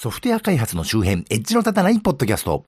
ソフトウェア開発の周辺、エッジの立たないポッドキャスト。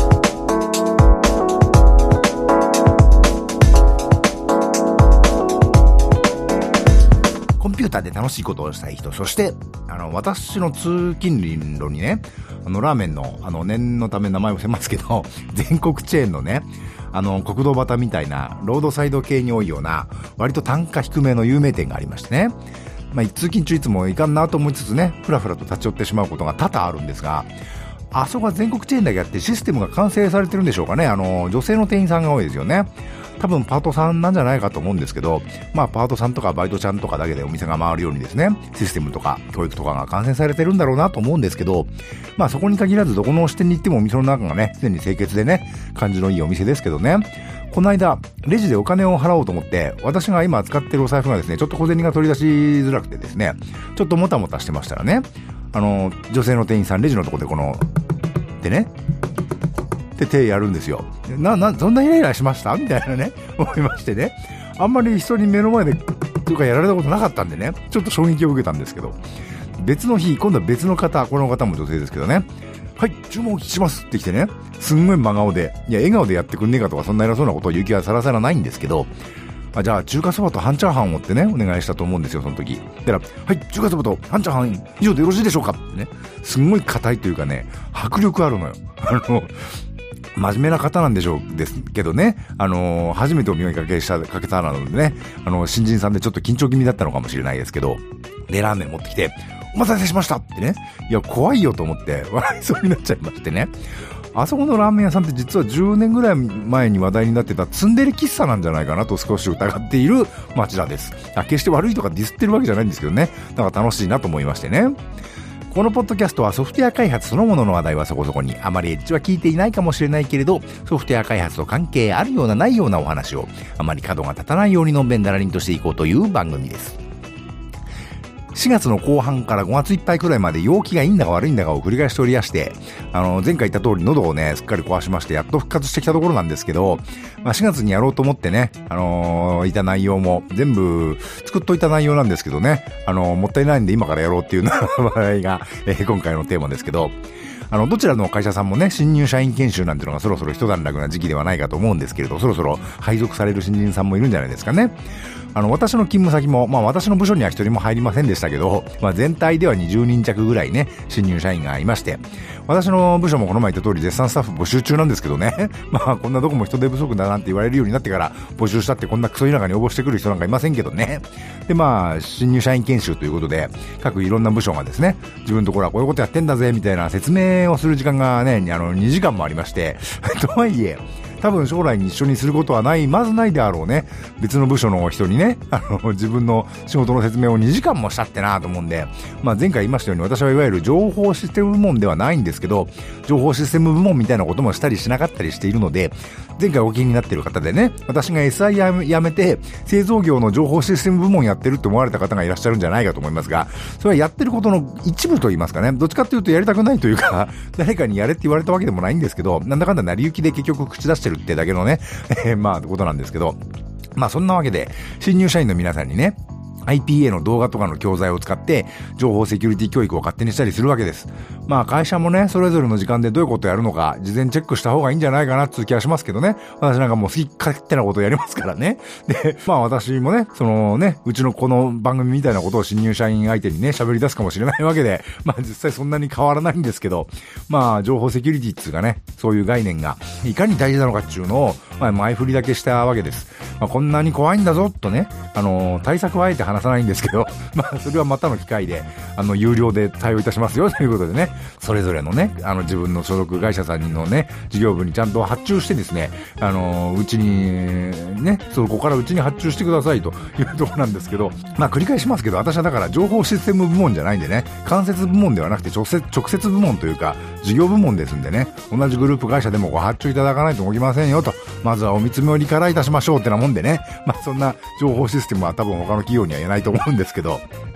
コンピューターで楽しいことをしたい人、そして私の通勤路にね、ラーメンの念のため名前を伏せますけど、全国チェーンのね、国道端みたいなロードサイド系に多いような割と単価低めの有名店がありましてね、通勤中いつもいかんなと思いつつね、ふらふらと立ち寄ってしまうことが多々あるんですが、あそこは全国チェーンだけあってシステムが完成されてるんでしょうかね。女性の店員さんが多いですよね。多分パートさんなんじゃないかと思うんですけど、パートさんとかバイトちゃんとかだけでお店が回るようにですね、システムとか教育とかが完成されてるんだろうなと思うんですけど、そこに限らずどこの支店に行ってもお店の中がね、常に清潔でね、感じのいいお店ですけどね。この間レジでお金を払おうと思って、私が今使ってるお財布がですね、ちょっと小銭が取り出しづらくてですね、ちょっともたもたしてましたらね、女性の店員さんレジのとこででねって手やるんですよ。そんなイライラしましたみたいなね、思いましてね、あんまり人に目の前でとかやられたことなかったんでね、ちょっと衝撃を受けたんですけど、別の日、今度は別の方、この方も女性ですけどね、はい、注文しますって来てね、すんごい真顔で、いや笑顔でやってくんねえかとか、そんな偉そうなことを言う気はさらさらないんですけど、じゃあ中華そばと半チャーハンをってね、お願いしたと思うんですよ、その時。だから、はい、中華そばと半チャーハン以上でよろしいでしょうかってね、すんごい硬いというかね、迫力あるのよ。真面目な方なんでしょうですけどね、初めてお見かけたなのでね、新人さんでちょっと緊張気味だったのかもしれないですけど、で、ラーメン持ってきて、お待たせしましたってね、いや、怖いよと思って笑いそうになっちゃいましてね。あそこのラーメン屋さんって実は10年ぐらい前に話題になってたツンデレ喫茶なんじゃないかなと少し疑っている町田です。決して悪いとかディスってるわけじゃないんですけどね、だから楽しいなと思いましてね。このポッドキャストはソフトウェア開発そのものの話題はそこそこに、あまりエッジは聞いていないかもしれないけれど、ソフトウェア開発と関係あるようなないようなお話を、あまり角が立たないようにのんべんだらりんとしていこうという番組です。4月の後半から5月いっぱいくらいまで陽気がいいんだか悪いんだかを繰り返しておりやして、前回言った通り喉をね、すっかり壊しまして、やっと復活してきたところなんですけど、4月にやろうと思ってね、いた内容も全部作っといた内容なんですけどね、もったいないんで今からやろうっていうのが、今回のテーマですけど、どちらの会社さんもね、新入社員研修なんていうのがそろそろ一段落な時期ではないかと思うんですけれど、そろそろ配属される新人さんもいるんじゃないですかね。私の勤務先も、私の部署には一人も入りませんでしたけど、全体では20人弱ぐらいね、新入社員がいまして、私の部署もこの前言った通り絶賛スタッフ募集中なんですけどね、こんなどこも人手不足だなんて言われるようになってから募集したってこんなクソ田舎に応募してくる人なんかいませんけどね。で、新入社員研修ということで、各いろんな部署がですね、自分のところはこういうことやってんだぜみたいな説明をする時間がね、2時間もありまして、とはいえ、多分将来に一緒にすることはまずないであろうね、別の部署の人にね、自分の仕事の説明を2時間もしたってなと思うんで、前回言いましたように、私はいわゆる情報システム部門ではないんですけど、情報システム部門みたいなこともしたりしなかったりしているので、前回お気になっている方でね、私が SI 辞めて製造業の情報システム部門やってるって思われた方がいらっしゃるんじゃないかと思いますが、それはやってることの一部と言いますかね、どっちかっていうとやりたくないというか、誰かにやれって言われたわけでもないんですけど、なんだかんだ成り行きで結局口出してるってだけのね、ことなんですけど、そんなわけで新入社員の皆さんにね、IPA の動画とかの教材を使って情報セキュリティ教育を勝手にしたりするわけです。会社もね、それぞれの時間でどういうことをやるのか事前チェックした方がいいんじゃないかなっていう気がしますけどね。私なんかもう好き勝手なことをやりますからね。で、私もね、うちのこの番組みたいなことを新入社員相手にね、喋り出すかもしれないわけで、実際そんなに変わらないんですけど、情報セキュリティっていうかね、そういう概念がいかに大事なのかっていうのを、前振りだけしたわけです。こんなに怖いんだぞとね、対策はあえて話さないんですけど、それはまたの機会で、有料で対応いたしますよということでね、それぞれのね、自分の所属会社さんのね、事業部にちゃんと発注してですね、うちにね、そこからうちに発注してくださいというところなんですけど、繰り返しますけど、私はだから情報システム部門じゃないんでね、間接部門ではなくて直接部門というか、事業部門ですんでね、同じグループ会社でもご発注いただかないと動きませんよと、まずはお見積もりからいたしましょうってなもんでね、そんな情報システムは多分他の企業には言えないと思うんですけど、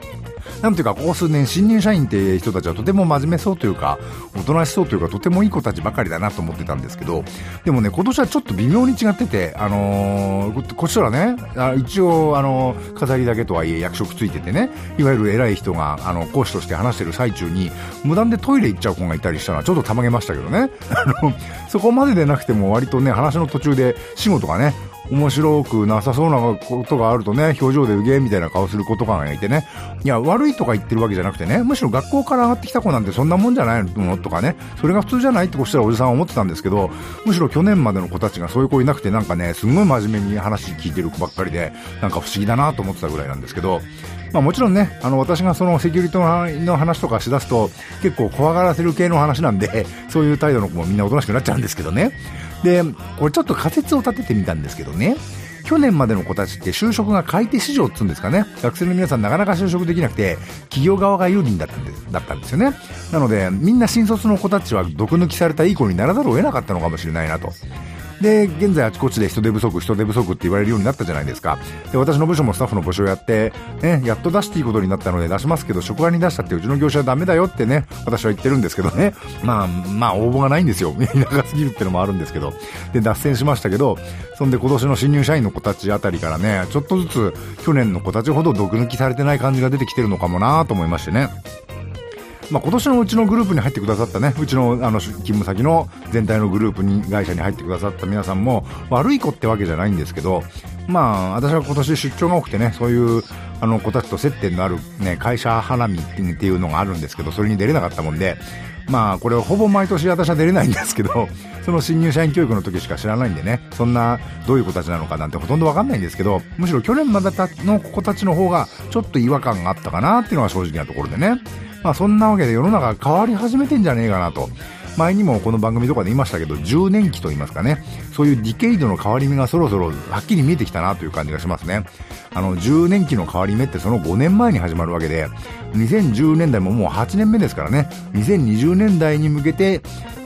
なんていうか、ここ数年新入社員って人たちはとても真面目そうというか、おとなしそうというか、とてもいい子たちばかりだなと思ってたんですけど、でもね、今年はちょっと微妙に違ってて、こっちはね、一応飾りだけとはいえ役職ついててね、いわゆる偉い人が講師として話してる最中に無断でトイレ行っちゃう子がいたりしたのはちょっとたまげましたけどね。そこまででなくても割とね、話の途中で仕事がね、面白くなさそうなことがあるとね、表情でうげーみたいな顔する子とかがいてね、いや、悪いとか言ってるわけじゃなくてね、むしろ学校から上がってきた子なんてそんなもんじゃないのとかね、それが普通じゃないってこうしたらおじさんは思ってたんですけど、むしろ去年までの子たちがそういう子いなくて、なんかね、すんごい真面目に話聞いてる子ばっかりで、なんか不思議だなと思ってたぐらいなんですけど、まあもちろんね、私がそのセキュリティの話とかしだすと、結構怖がらせる系の話なんで、そういう態度の子もみんなおとなしくなっちゃうんですけどね。で、これちょっと仮説を立ててみたんですけどね、去年までの子たちって就職が買い手市場っつうんですかね。学生の皆さんなかなか就職できなくて、企業側が有利だったんですよね。なので、みんな新卒の子たちは毒抜きされたいい子にならざるを得なかったのかもしれないなと。で、現在あちこちで人手不足って言われるようになったじゃないですか。で、私の部署もスタッフの募集をやって、ね、やっと出していいことになったので出しますけど、職場に出したってうちの業者はダメだよってね、私は言ってるんですけどね。まあ、応募がないんですよ。田舎すぎるってのもあるんですけど。で、脱線しましたけど、そんで今年の新入社員の子たちあたりからね、ちょっとずつ去年の子たちほど毒抜きされてない感じが出てきてるのかもなと思いましてね。まあ、今年のうちのグループに入ってくださったね、うちの勤務先の全体のグループに会社に入ってくださった皆さんも悪い子ってわけじゃないんですけど、まあ私は今年出張が多くてね、そういう子たちと接点のあるね、会社花見っていうのがあるんですけど、それに出れなかったもんで、まあこれはほぼ毎年私は出れないんですけど、その新入社員教育の時しか知らないんでね、そんなどういう子たちなのかなんてほとんどわかんないんですけど、むしろ去年までの子たちの方がちょっと違和感があったかなっていうのが正直なところでね。まあそんなわけで世の中が変わり始めてんじゃねえかなと。前にもこの番組とかで言いましたけど、10年期と言いますかね、そういうディケイドの変わり目がそろそろはっきり見えてきたなという感じがしますね。10年期の変わり目ってその5年前に始まるわけで、2010年代ももう8年目ですからね、2020年代に向けて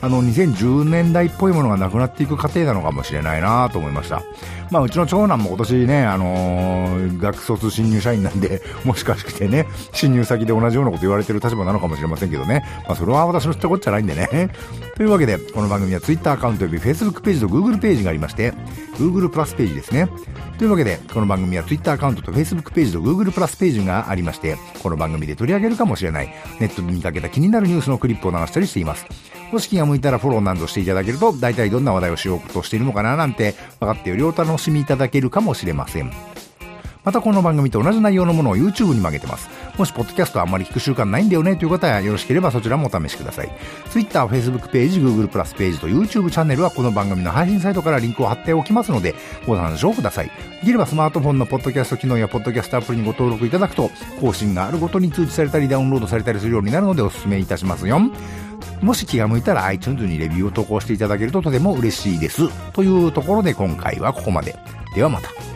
2010年代っぽいものがなくなっていく過程なのかもしれないなと思いました。まあうちの長男も今年ね、学卒新入社員なんで、もしかしてね、新入先で同じようなこと言われてる立場なのかもしれませんけどね。まあそれは私の知ったこっちゃないんでね。というわけで、この番組は Twitter アカウント及び Facebook ページと Google ページがありまして、Google プラスページですね。というわけで、この番組は Twitter アカウントと Facebook ページと Google プラスページがありまして、この番組で取り上げるかもしれない、ネットで見かけた気になるニュースのクリップを流したりしています。もし気が向いたらフォローなどしていただけると、大体どんな話題をしようとしているのかななんて分かってよりお楽しみいただけるかもしれません。またこの番組と同じ内容のものを YouTube にも上げてます。もしポッドキャストあんまり聞く習慣ないんだよねという方はよろしければそちらもお試しください。Twitter、Facebook ページ、Google プラスページと YouTube チャンネルはこの番組の配信サイトからリンクを貼っておきますのでご参照ください。できればスマートフォンのポッドキャスト機能やポッドキャストアプリにご登録いただくと更新があるごとに通知されたりダウンロードされたりするようになるのでお勧めいたしますよ。もし気が向いたら iTunes にレビューを投稿していただけるととても嬉しいです。というところで今回はここまで。ではまた。